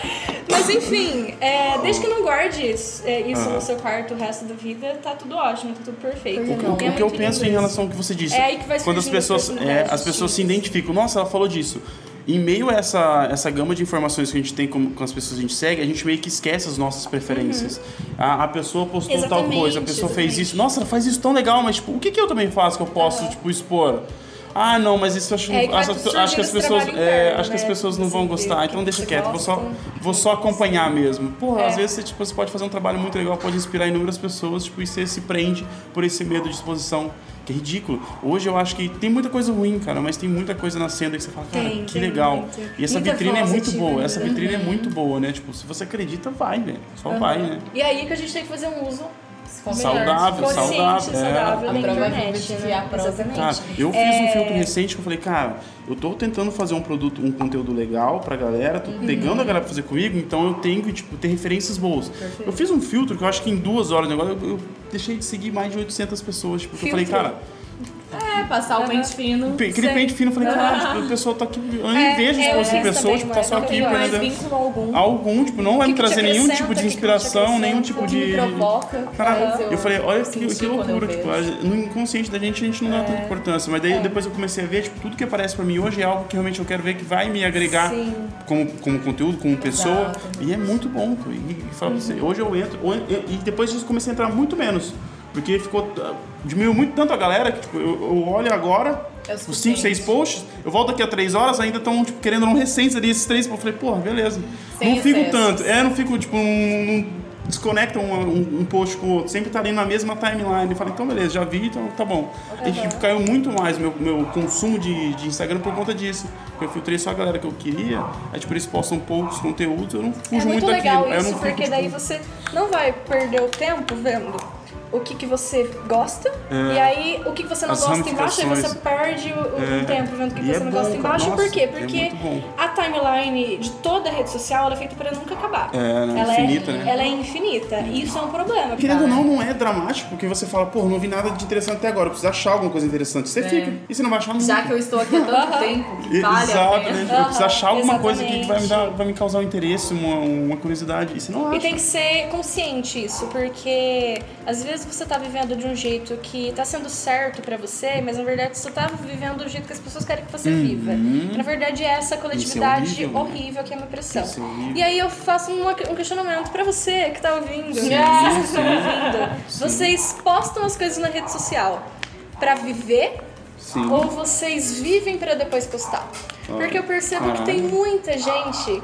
S3: Mas enfim, é, desde que não guarde isso, é, isso
S2: Ah.
S3: no seu quarto o resto da vida, tá tudo ótimo, tá tudo perfeito.
S4: Pois é,
S2: O,
S4: não.
S2: o
S3: É
S2: que eu
S3: muito
S2: penso
S3: lindo
S2: em
S3: isso.
S2: relação ao que você disse,
S3: É aí que vai
S2: quando as
S3: surgindo
S2: pessoas,
S3: as
S2: é,
S3: personalidades
S2: as pessoas se
S3: distintas.
S2: identificam, nossa, ela falou disso. Em meio a essa, essa gama de informações que a gente tem com, com as pessoas que a gente segue, a gente meio que esquece as nossas preferências. A, a pessoa postou tal
S3: Exatamente,
S2: coisa, a pessoa fez
S3: exatamente.
S2: isso. Nossa, ela faz isso tão legal, mas tipo, o que, que eu também faço que eu posso
S3: Aham.
S2: tipo, expor? Ah, não, mas isso eu acho,
S3: É, que vai
S2: acho,
S3: surgindo
S2: acho que as
S3: esse
S2: pessoas,
S3: trabalho
S2: é,
S3: interno,
S2: acho que as
S3: né?
S2: pessoas não
S3: Você
S2: vão
S3: vê
S2: gostar,
S3: o
S2: então
S3: que
S2: deixa
S3: você
S2: quieto, vou só,
S3: gosta.
S2: vou só acompanhar mesmo. Porra,
S3: É.
S2: às vezes você, tipo, você pode fazer um trabalho muito legal, pode inspirar inúmeras pessoas, tipo, e você se prende por esse medo de exposição, que é ridículo. Hoje eu acho que tem muita coisa ruim, cara, mas tem muita coisa nascendo aí que você fala, cara,
S3: Tem,
S2: que
S3: tem
S2: legal.
S3: muito.
S2: E essa
S3: Muita
S2: vitrine é
S3: voz
S2: muito
S3: ativa
S2: boa,
S3: ainda.
S2: essa vitrine é muito boa, né? Tipo, se você acredita, vai, velho. Só vai, né?
S3: E aí que a gente tem que fazer um uso
S2: Saudável,
S3: consciente,
S2: saudável, é.
S3: saudável
S4: A
S3: da
S4: prova é
S3: internet,
S4: que
S3: né?
S4: a prova
S3: Exatamente.
S2: Cara, eu fiz
S3: É.
S2: um filtro recente que eu falei, cara, eu tô tentando fazer um produto, um conteúdo legal pra galera, tô pegando a galera pra fazer comigo, então eu tenho que, tipo, ter referências boas. Eu fiz um filtro que eu acho que em duas horas de negócio, eu, eu deixei de seguir mais de oitocentas pessoas, tipo, porque eu falei,
S3: Filtro?
S2: cara,
S4: É, passar o pente fino.
S2: pe- aquele
S3: Sei.
S2: pente fino, eu falei, cara, tipo, o pessoal tá aqui, eu nem
S3: É,
S2: vejo
S3: é,
S2: exposição de
S3: eu
S2: pessoas,
S3: também,
S2: tipo,
S3: mas
S2: tá só
S3: não
S2: aqui
S3: tem
S2: pra
S4: mais
S2: né,
S4: vínculo algum.
S2: algum, tipo, não vai
S3: que
S2: me
S3: que te
S2: trazer nenhum
S3: acrescenta,
S2: tipo de
S3: que que te
S2: inspiração, nenhum tipo
S3: acrescenta,
S2: de...
S4: Que me provoca.
S2: Cara,
S4: faz
S2: eu, falei, olha que,
S4: sentir
S2: que
S4: quando eu
S2: loucura, tipo,
S4: vejo.
S2: a- no inconsciente da gente a gente não dá tanta importância, mas daí depois eu comecei a ver, tipo, tudo que aparece pra mim hoje é algo que realmente eu quero ver que vai me agregar
S3: Sim.
S2: como, como conteúdo, como pessoa,
S4: Exato.
S2: e é muito bom, pô, e, e fala pra você, hoje eu entro, ou- e e depois disso eu comecei a entrar muito menos, porque ficou, ah, diminuiu muito tanto a galera, que tipo, eu, eu olho agora,
S4: É o
S2: os cinco,
S4: suficiente.
S2: seis posts, eu volto daqui a três horas, ainda estão, tipo, querendo ou não recentes ali, esses três, eu falei, porra, beleza,
S4: Sem
S2: não fico
S4: excessos.
S2: tanto, é, não fico, tipo, não, não desconecta um, um, um post com o outro, sempre tá ali na mesma timeline. Eu falei, então beleza, já vi, então tá bom. E tipo, caiu muito mais meu, meu consumo de, de Instagram por conta disso. Porque eu filtrei só a galera que eu queria, aí tipo, eles postam poucos conteúdos, eu não fujo
S3: É muito
S2: muito
S3: legal
S2: daquilo. Aí eu
S3: isso,
S2: não fico,
S3: porque
S2: tipo,
S3: daí você não vai perder o tempo vendo o que, que você gosta,
S2: É.
S3: e aí o que, que você não
S2: As
S3: gosta embaixo, e você
S2: ramificações.
S3: perde o, o
S2: É.
S3: tempo vendo o que,
S2: E
S3: que
S2: é
S3: você não
S2: bom,
S3: gosta
S2: cara.
S3: embaixo.
S2: Nossa,
S3: Por quê?
S2: é
S3: Porque
S2: muito bom.
S3: a timeline de toda a rede social ela é feita para nunca acabar.
S2: É, né?
S3: Ela
S2: Infinita,
S3: é,
S2: né?
S3: Ela é infinita, e isso é um problema.
S2: Querendo ou não, não é dramático, porque você fala, pô, não vi nada de interessante até agora, eu preciso achar alguma coisa interessante. Você fica, e você não vai achar nunca.
S4: Já que eu estou aqui há tanto tempo, que vale
S2: Exato,
S4: a pena.
S2: né? Tipo, eu preciso achar alguma coisa que
S3: exatamente.
S2: vai me, dar, vai me causar um interesse, uma, uma curiosidade. E você não acha.
S3: E tem que ser consciente isso, porque às vezes você tá vivendo de um jeito que tá sendo certo pra você, mas na verdade você tá vivendo do jeito que as pessoas querem que você viva. Na verdade é essa coletividade
S2: Isso é horrível, né?
S3: horrível que é uma pressão.
S2: Isso é horrível.
S3: E aí eu faço uma- um questionamento pra você que tá ouvindo.
S2: Sim,
S3: Ah, vocês
S2: sim.
S3: estão ouvindo. Vocês postam as coisas na rede social pra viver?
S2: Sim.
S3: Ou vocês vivem pra depois postar? Porque eu percebo que tem
S2: caralho.
S3: muita gente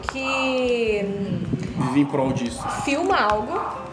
S3: que
S2: Vivi em prol disso.
S3: filma algo,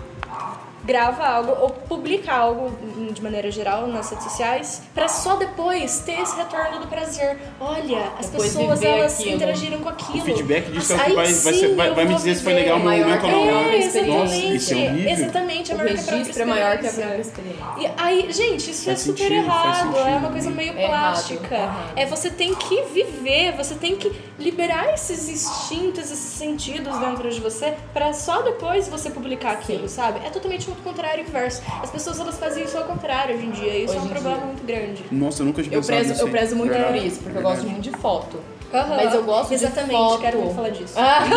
S3: grava algo ou publica algo de maneira geral nas redes sociais pra só depois ter esse retorno do prazer. Olha, as
S4: Depois
S3: pessoas
S4: viver
S3: elas
S4: aquilo.
S3: interagiram com aquilo.
S2: O feedback disso é o
S3: Aí
S2: que vai, vai,
S3: sim,
S2: ser- vai,
S3: eu
S2: vai me
S3: vou
S2: dizer se foi
S3: viver.
S2: legal no
S4: Maior
S2: momento ou
S4: que a
S2: não.
S4: própria
S3: É,
S4: experiência.
S2: Nossa, isso é
S3: exatamente.
S2: horrível.
S3: Exatamente, é
S4: O
S3: maior que a própria
S4: registro é maior que a
S3: experiência.
S4: própria experiência.
S3: E aí, gente, isso
S2: Faz
S3: é super
S2: sentido, faz
S3: errado.
S2: sentido.
S3: É uma coisa meio
S4: É errado,
S3: plástica.
S4: errado.
S3: É você tem que viver, você tem que liberar esses instintos, esses sentidos dentro de você pra só depois você publicar aquilo, sabe? É totalmente o contrário e inverso. As pessoas elas fazem isso ao contrário hoje em dia. E isso
S4: Hoje
S3: é um
S4: em
S3: problema
S4: dia.
S3: muito grande.
S2: Nossa, eu nunca tinha
S4: Eu
S2: pensado
S4: prezo,
S2: nisso
S4: eu
S2: aí.
S4: prezo muito por
S2: Verdade,
S4: isso, porque eu gosto
S2: verdade.
S4: muito de foto.
S3: Aham.
S4: Mas eu gosto
S3: Exatamente,
S4: de foto.
S3: quero muito falar disso.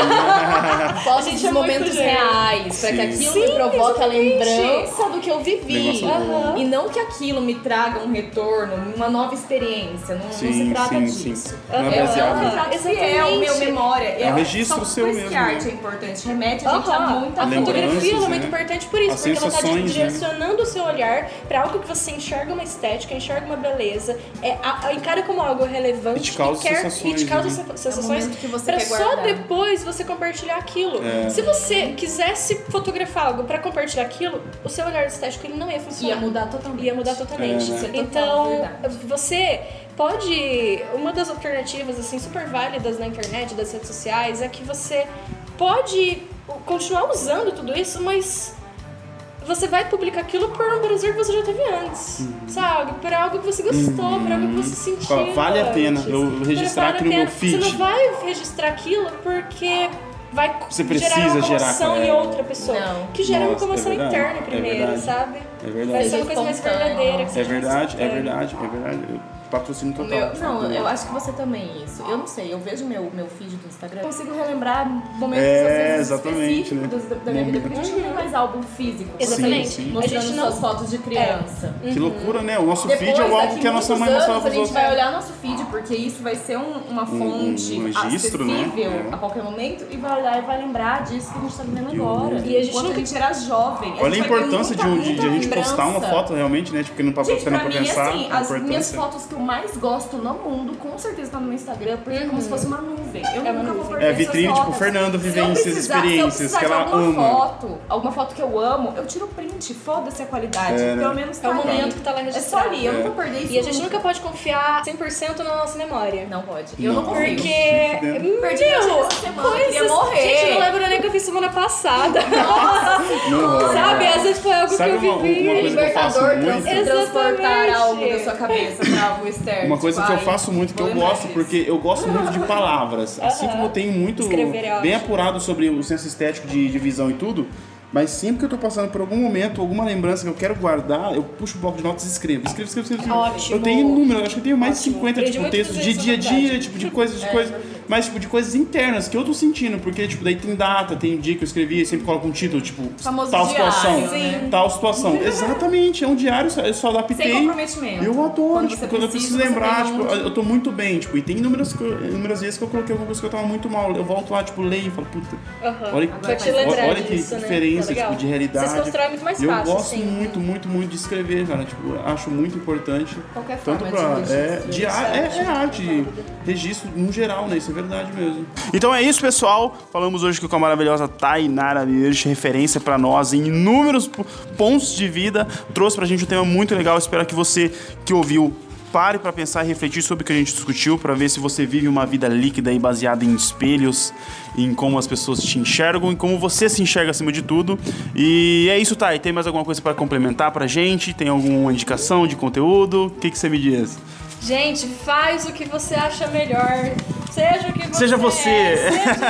S4: Ah, fotos
S3: gente
S4: dos
S3: é muito
S4: momentos
S3: gente.
S4: reais, pra que
S2: Sim.
S4: aquilo
S3: Sim,
S4: me provoque a
S3: exatamente.
S4: lembrança do que eu vivi.
S2: Negócio
S3: Aham.
S4: E não que aquilo me traga um retorno, uma nova experiência. Não, não se
S2: Sim,
S4: trata
S2: sim,
S4: disso.
S2: sim. Não
S3: Aham.
S2: é
S4: É um
S2: baseado.
S4: retrato
S3: Exatamente.
S4: fiel, meu memória.
S2: É um registro
S4: só
S2: seu
S4: por isso
S2: mesmo,
S4: que a arte
S2: né?
S4: é importante. Remete a gente a
S3: Aham.
S4: muita
S3: A
S2: Lembranças,
S3: fotografia ela é
S2: né?
S3: muito importante por isso,
S2: As
S3: porque ela está
S2: sensações, né?
S3: direcionando o seu olhar para algo que você enxerga uma estética, enxerga uma beleza, é, a, a, encara como algo relevante
S2: E te causa
S3: quer,
S2: sensações,
S3: e te causa
S2: né?
S3: sen-
S4: É o
S3: sensações
S4: momento que você
S3: para
S4: quer
S3: só
S4: guardar.
S3: depois você compartilhar aquilo.
S2: É.
S3: Se você quisesse fotografar algo para compartilhar aquilo, o seu olhar estético ele não ia funcionar.
S4: Ia mudar totalmente.
S3: Ia mudar totalmente.
S2: É, né?
S4: Isso é total
S3: Então,
S4: verdade.
S3: você pode... Uma das alternativas, assim, super válidas na internet, das redes sociais, é que você pode continuar usando tudo isso, mas você vai publicar aquilo por um prazer que você já teve antes, sabe? Por algo que você gostou, por algo que você sentiu
S2: Fala, vale a pena
S3: antes.
S2: eu
S3: Por
S2: registrar
S3: vale
S2: aqui
S3: a
S2: no meu
S3: pena.
S2: feed.
S3: Você não vai registrar aquilo porque vai
S2: Você
S3: gerar
S2: precisa
S3: uma
S2: gerar,
S3: comoção
S2: é.
S3: em outra pessoa.
S4: Não.
S3: Que gera uma
S2: Nossa, é
S3: comoção
S2: verdade,
S3: interna
S2: é
S3: primeiro,
S2: verdade.
S3: sabe?
S2: É verdade.
S3: Vai ser uma coisa mais
S4: Espontâneo.
S3: verdadeira. que
S2: É
S3: seja
S2: verdade, é
S3: espontânea.
S2: verdade, é verdade. Eu patrocínio total.
S4: Meu, não, eu acho que você também isso. Eu não sei, eu vejo meu, meu feed do Instagram, eu consigo relembrar momentos
S2: É,
S4: às vezes,
S2: exatamente, né?
S4: específicos da minha vida, porque a gente não tem mais álbum físico.
S3: Exatamente.
S2: Sim, sim.
S4: Mostrando
S3: A gente não-
S4: suas fotos de criança.
S2: Que loucura, né? O nosso
S4: Depois,
S2: feed é algo
S4: daqui
S2: que a nossa mãe
S4: muitos
S2: mostrava
S4: anos, a
S2: pros
S4: gente
S2: outros.
S4: vai olhar nosso feed, porque isso vai ser um- uma fonte
S2: um registro, né?
S4: acessível
S2: É.
S4: a qualquer momento, e vai olhar e vai lembrar disso que a gente tá vivendo
S2: E o-
S4: agora.
S3: E a gente
S4: Enquanto
S3: nunca-
S4: a gente era jovem.
S2: Olha a
S4: gente vai ter
S2: importância de, um, de, de a gente
S4: muita
S2: postar uma
S4: lembrança.
S2: foto realmente, né? Tipo, que não passou
S4: Gente,
S2: você não
S4: pra
S2: pra
S4: mim,
S2: pensar.
S4: assim,
S2: a
S4: as minhas
S2: importância.
S4: fotos que eu mais gosto no mundo, com certeza tá no meu Instagram, porque é como se fosse uma nuvem. Eu
S3: É uma
S4: nunca vou
S3: nuvem.
S4: perder
S2: É a vitrine,
S4: essas
S2: tipo,
S4: fotos.
S2: Fernanda
S4: Se eu
S2: vivências,
S4: precisar- se eu
S2: experiências
S4: precisar
S2: que
S4: de
S2: ela
S4: alguma
S2: ama.
S4: foto, alguma foto que eu amo, eu tiro print, foda-se a qualidade.
S2: É, né?
S4: Pelo menos tá
S3: É o
S4: ali.
S3: momento que tá lá
S4: É só
S3: registrado.
S4: ali, eu
S2: É.
S4: não vou perder isso
S3: E a gente nunca pode confiar cem por cento na nossa memória.
S4: Não pode. Eu não,
S2: Não.
S4: confio.
S3: Porque,
S2: Se fudendo.
S4: Perdi minha
S3: meu,
S4: essa semana, eu queria
S3: coisas...
S4: morrer.
S3: Gente, não lembro nem o que eu fiz semana passada.
S2: Não rola.
S3: Sabe? Às vezes foi algo
S2: Sabe
S3: que eu
S2: uma-
S3: vivi.
S2: uma coisa que eu faço
S4: Libertador
S2: muito?
S4: trans- transportar
S3: Exatamente.
S4: algo da sua cabeça pra algo externo.
S2: Uma coisa
S4: tipo,
S2: que eu
S4: ai,
S2: faço muito, que
S4: vou
S2: eu
S4: lembrar
S2: gosto,
S4: disso.
S2: porque eu gosto muito de palavras. Assim como eu tenho muito
S3: Escrever é
S2: bem
S3: ótimo.
S2: apurado sobre o senso estético de, de visão e tudo, mas sempre que eu tô passando por algum momento, alguma lembrança que eu quero guardar, eu puxo o bloco de notas e escrevo. Escrevo, escrevo, escrevo. escrevo.
S3: Ótimo.
S2: Eu tenho inúmeros, acho que eu tenho mais de
S3: Ótimo.
S2: cinquenta
S3: Aprendi
S2: tipo,
S3: muito
S2: textos
S3: sobre
S2: de
S3: isso,
S2: dia a
S3: é
S2: dia,
S3: verdade.
S2: tipo, de coisas, de
S4: É,
S2: coisas,
S4: perfeito.
S2: mas tipo, de coisas internas que eu tô sentindo, porque tipo, daí tem data, tem dia que eu escrevi, eu sempre coloco um título, tipo,
S4: Famoso
S2: tal
S4: diário,
S2: situação,
S4: né?
S2: tal situação. Exatamente, é um diário, eu só adaptei.
S4: Sem comprometimento.
S2: Eu adoro,
S4: Quando
S2: tipo,
S4: você
S2: quando eu preciso
S4: precisa,
S2: lembrar,
S4: você
S2: tipo,
S4: tem onde-
S2: eu tô muito bem, tipo, e tem inúmeras, co- inúmeras vezes que eu coloquei alguma coisa que eu tava muito mal. Eu volto lá, tipo, leio e falo, puta,
S3: Aham.
S2: olha,
S3: Pra te
S2: olha,
S3: lembrar
S2: olha que
S3: disso, né?
S2: diferença,
S3: Tá legal.
S2: tipo, de realidade.
S3: Você se constrói muito mais
S2: eu
S3: fácil,
S2: gosto
S3: assim.
S2: muito, muito, muito de escrever, cara. Tipo, eu acho muito importante.
S4: Qualquer
S2: Tanto
S4: forma
S2: pra.
S4: de
S2: É,
S4: registro,
S2: de
S4: isso
S2: ar-
S4: é
S2: é,
S4: ótimo.
S2: é arte, registro no geral, né? Isso é verdade mesmo. Então é isso, pessoal. Falamos hoje com a maravilhosa Tainara Mirch, referência pra nós em inúmeros p- pontos de vida. Trouxe pra gente um tema muito legal. Espero que você que ouviu pare pra pensar e refletir sobre o que a gente discutiu, pra ver se você vive uma vida líquida e baseada em espelhos, em como as pessoas te enxergam, em como você se enxerga acima de tudo. E é isso, Thay. Tem mais alguma coisa pra complementar pra gente? Tem alguma indicação de conteúdo? O que, que você me diz?
S3: Gente, faz o que você acha melhor. Seja o que você
S2: Seja você.
S3: é,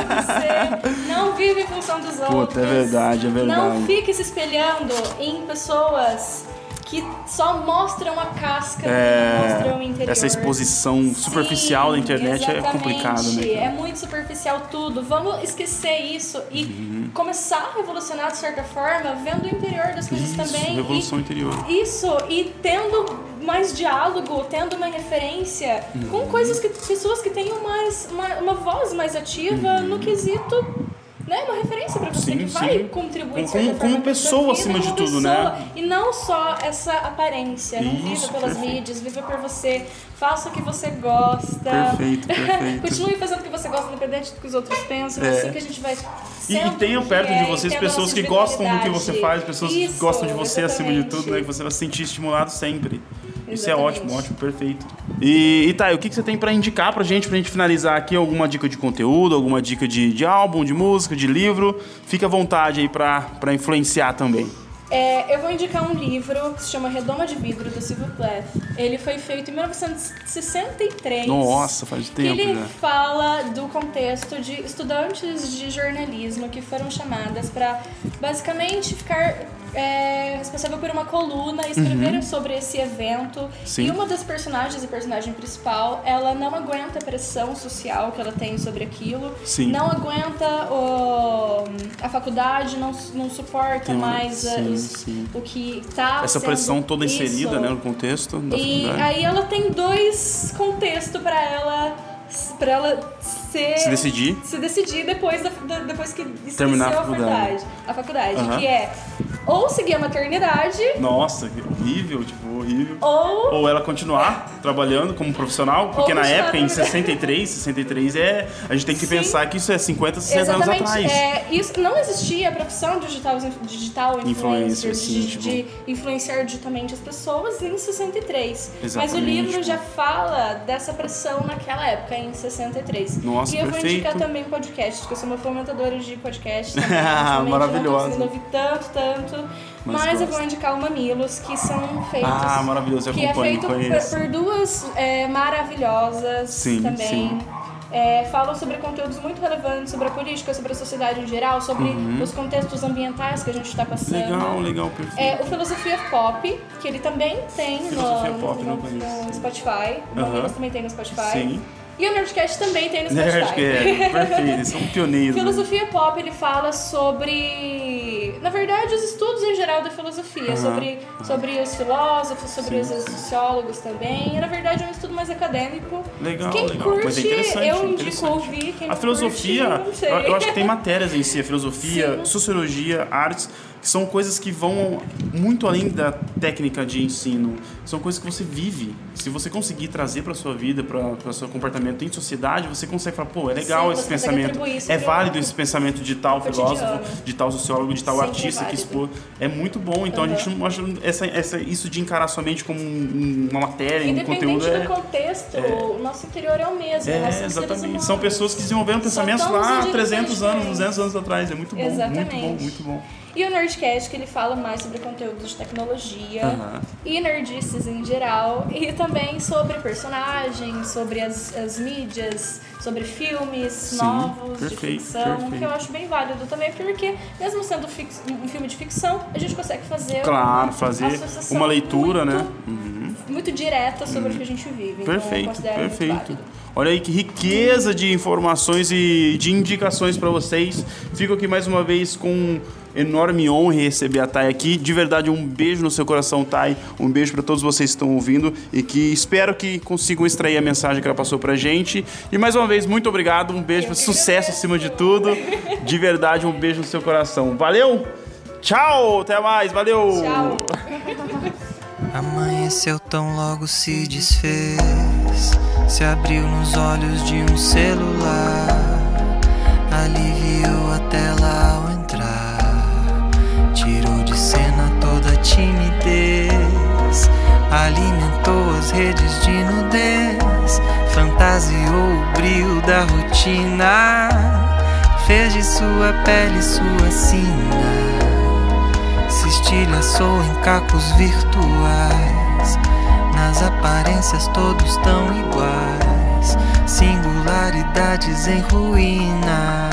S3: seja você. Não vive em função dos outros.
S2: Puta, é verdade, é verdade.
S3: Não fique se espelhando em pessoas que só mostram a casca,
S2: É,
S3: não mostram o interior.
S2: essa exposição superficial da internet é
S3: exatamente.
S2: complicado, né, cara?
S3: É muito superficial tudo. Vamos esquecer isso e
S2: Uhum.
S3: começar a revolucionar de certa forma, vendo o interior das coisas
S2: Isso,
S3: também.
S2: revolução
S3: e,
S2: interior.
S3: Isso, e tendo mais diálogo, tendo uma referência
S2: Uhum.
S3: com coisas que pessoas que tenham mais uma, uma voz mais ativa no quesito, né, uma referência pra você
S2: Uhum. Sim,
S3: que vai
S2: sim.
S3: contribuir de
S2: Como-
S3: certa
S2: como
S3: forma pra sua
S2: pessoa
S3: vida,
S2: acima de
S3: como
S2: tudo,
S3: pessoa.
S2: né?
S3: E não só essa aparência, não viva
S2: Isso,
S3: pelas
S2: perfeito.
S3: mídias, viva por você, faça o que você gosta.
S2: Perfeito, perfeito.
S3: Continue fazendo o que você gosta, independente do que os outros pensam,
S2: É.
S3: assim que a gente vai
S2: E, e
S3: sendo
S2: tenha
S3: o que
S2: perto
S3: é,
S2: de
S3: e
S2: vocês
S3: tendo a
S2: pessoas
S3: nossa
S2: que gostam do que você
S3: individualidade.
S2: faz, pessoas que
S3: Isso,
S2: gostam de você acima de
S3: exatamente.
S2: tudo, né? Que você vai se sentir estimulado sempre. Isso é
S3: Exatamente.
S2: ótimo, ótimo, perfeito. E, e Thay, o que, que você tem pra indicar pra gente, pra gente finalizar aqui? Alguma dica de conteúdo, alguma dica de, de álbum, de música, de livro? Fica à vontade aí pra, pra influenciar também.
S3: É, eu vou indicar um livro que se chama Redoma de Vidro, do Sylvia Plath. Ele foi feito em mil novecentos e sessenta e três.
S2: Nossa, faz
S3: Que
S2: tempo
S3: ele
S2: já.
S3: fala do contexto de estudantes de jornalismo que foram chamadas para basicamente ficar é, responsável por uma coluna e escrever sobre esse evento.
S2: Uhum. Sim.
S3: E uma das personagens, a personagem principal, ela não aguenta a pressão social que ela tem sobre aquilo.
S2: Sim.
S3: Não aguenta o, a faculdade, não, não suporta
S2: Tem uma-
S3: mais a-
S2: sim,
S3: os-
S2: sim.
S3: o que tá
S2: Essa
S3: sendo
S2: pressão toda inserida,
S3: isso.
S2: né, no contexto da
S3: E
S2: faculdade.
S3: aí ela tem dois contextos pra ela para ela ser
S2: Se decidir.
S3: se decidir depois da, da- depois que
S2: Terminar a
S3: iniciou
S2: faculdade.
S3: a faculdade,
S2: Aham.
S3: que é ou seguir a maternidade
S2: Nossa, que horrível, tipo, horrível.
S3: ou
S2: Ou ela continuar trabalhando como profissional, porque
S3: Ou
S2: na
S3: continuar
S2: época, em
S3: trabalhando.
S2: sessenta e três, sessenta e três é... A gente tem que
S3: Sim.
S2: pensar que isso é cinquenta, sessenta anos
S3: exatamente
S2: atrás.
S3: é, isso não existia a profissão digital digital influencer,
S2: Influencer, sim,
S3: de,
S2: tipo-
S3: de influenciar digitalmente as pessoas em sessenta e três. Mas o
S2: Exatamente,
S3: livro
S2: tipo-
S3: já fala dessa pressão naquela época em sessenta e três.
S2: Nossa,
S3: e eu vou
S2: perfeito.
S3: indicar também podcasts, porque eu sou uma fomentadora de podcast também.
S2: Ah,
S3: ultimamente
S2: maravilhosa.
S3: Eu não tô conseguindo ouvir tanto, tanto.
S2: Mas
S3: Mas, eu
S2: gosto.
S3: vou indicar o Mamilos, que são feitos.
S2: Ah, maravilhoso, eu
S3: Que é
S2: acompanho,
S3: feito por,
S2: conheço.
S3: por duas é, maravilhosas
S2: Sim,
S3: também.
S2: sim.
S3: É, falam sobre conteúdos muito relevantes, sobre a política, sobre a sociedade em geral, sobre uhum. os contextos ambientais que a gente está passando.
S2: Legal, legal, perfeito.
S3: É, o Filosofia Pop, que ele também tem
S2: Filosofia
S3: no,
S2: Pop,
S3: no,
S2: não
S3: no Spotify. O
S2: uhum.
S3: Mamilos também tem no Spotify.
S2: Sim.
S3: E o Nerdcast também tem no Spotify.
S2: Nerdcast, perfeito, eles são pioneiros.
S3: Filosofia Pop, ele fala sobre, na verdade, os estudos em geral da filosofia, uhum. sobre, sobre os filósofos, sobre Sim. os sociólogos também. E, na verdade, é um estudo mais acadêmico.
S2: Legal,
S3: quem
S2: legal.
S3: Curte,
S2: Mas é interessante,
S3: eu indico
S2: interessante.
S3: ouvir. Quem
S2: a filosofia,
S3: curte, não sei.
S2: eu, eu acho que tem matérias em si, a filosofia,
S3: Sim.
S2: sociologia, artes, que são coisas que vão muito além da técnica de ensino. São coisas que você vive. Se você conseguir trazer para sua vida, para o seu comportamento em sociedade, você consegue falar, pô, é legal
S3: Sim,
S2: esse pensamento, é válido esse pensamento de tal filósofo, de tal sociólogo, de tal Sempre artista que expôs. É muito bom. Então uhum. a gente não acha essa, essa, isso de encarar somente como um, uma matéria, um conteúdo.
S3: Independente do
S2: é,
S3: contexto,
S2: é,
S3: o nosso interior é o mesmo.
S2: É, exatamente. São pessoas que desenvolveram pensamentos lá há trezentos anos, duzentos anos atrás. É muito bom,
S3: exatamente.
S2: muito bom, muito bom.
S3: E o Nerdcast, que ele fala mais sobre conteúdos de tecnologia
S2: uhum.
S3: e nerdices em geral. E também sobre personagens, sobre as, as mídias, sobre filmes Sim, novos, perfeito, de ficção. Perfeito. Que eu acho bem válido também, porque mesmo sendo fix, um filme de ficção, a gente consegue fazer
S2: Claro, fazer uma leitura,
S3: muito,
S2: né? Uhum.
S3: Muito direta sobre uhum. o que a gente vive.
S2: Perfeito,
S3: então,
S2: perfeito. Olha aí que riqueza de informações e de indicações para vocês. Fico aqui mais uma vez com enorme honra em receber a Thay aqui. De verdade, um beijo no seu coração, Thay. Um beijo para todos vocês que estão ouvindo e que espero que consigam extrair a mensagem que ela passou pra gente. E mais uma vez, muito obrigado. Um beijo, sucesso acima de tudo. De verdade, um beijo no seu coração. Valeu! Tchau! Até mais! Valeu!
S3: Tchau!
S1: Amanheceu tão logo se desfez, se abriu nos olhos de um celular, aliviou a tela ao entrar, tirou de cena toda a timidez, alimentou as redes de nudez, fantasiou o brilho da rotina, fez de sua pele sua sina, se estilhaçou em cacos virtuais, nas aparências todos tão iguais, singularidades em ruína.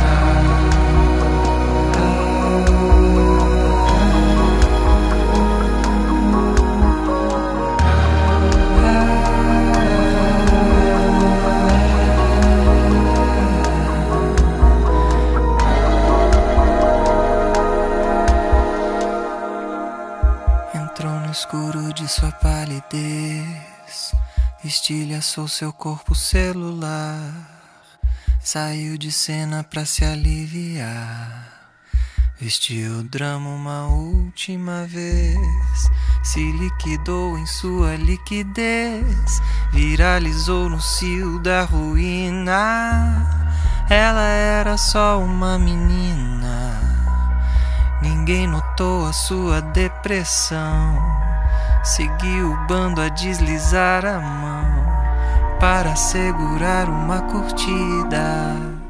S1: Escuro de sua palidez, estilhaçou seu corpo celular, saiu de cena pra se aliviar, vestiu o drama uma última vez, se liquidou em sua liquidez, viralizou no cio da ruína. Ela era só uma menina, ninguém notou a sua depressão. Seguiu o bando a deslizar a mão para segurar uma curtida.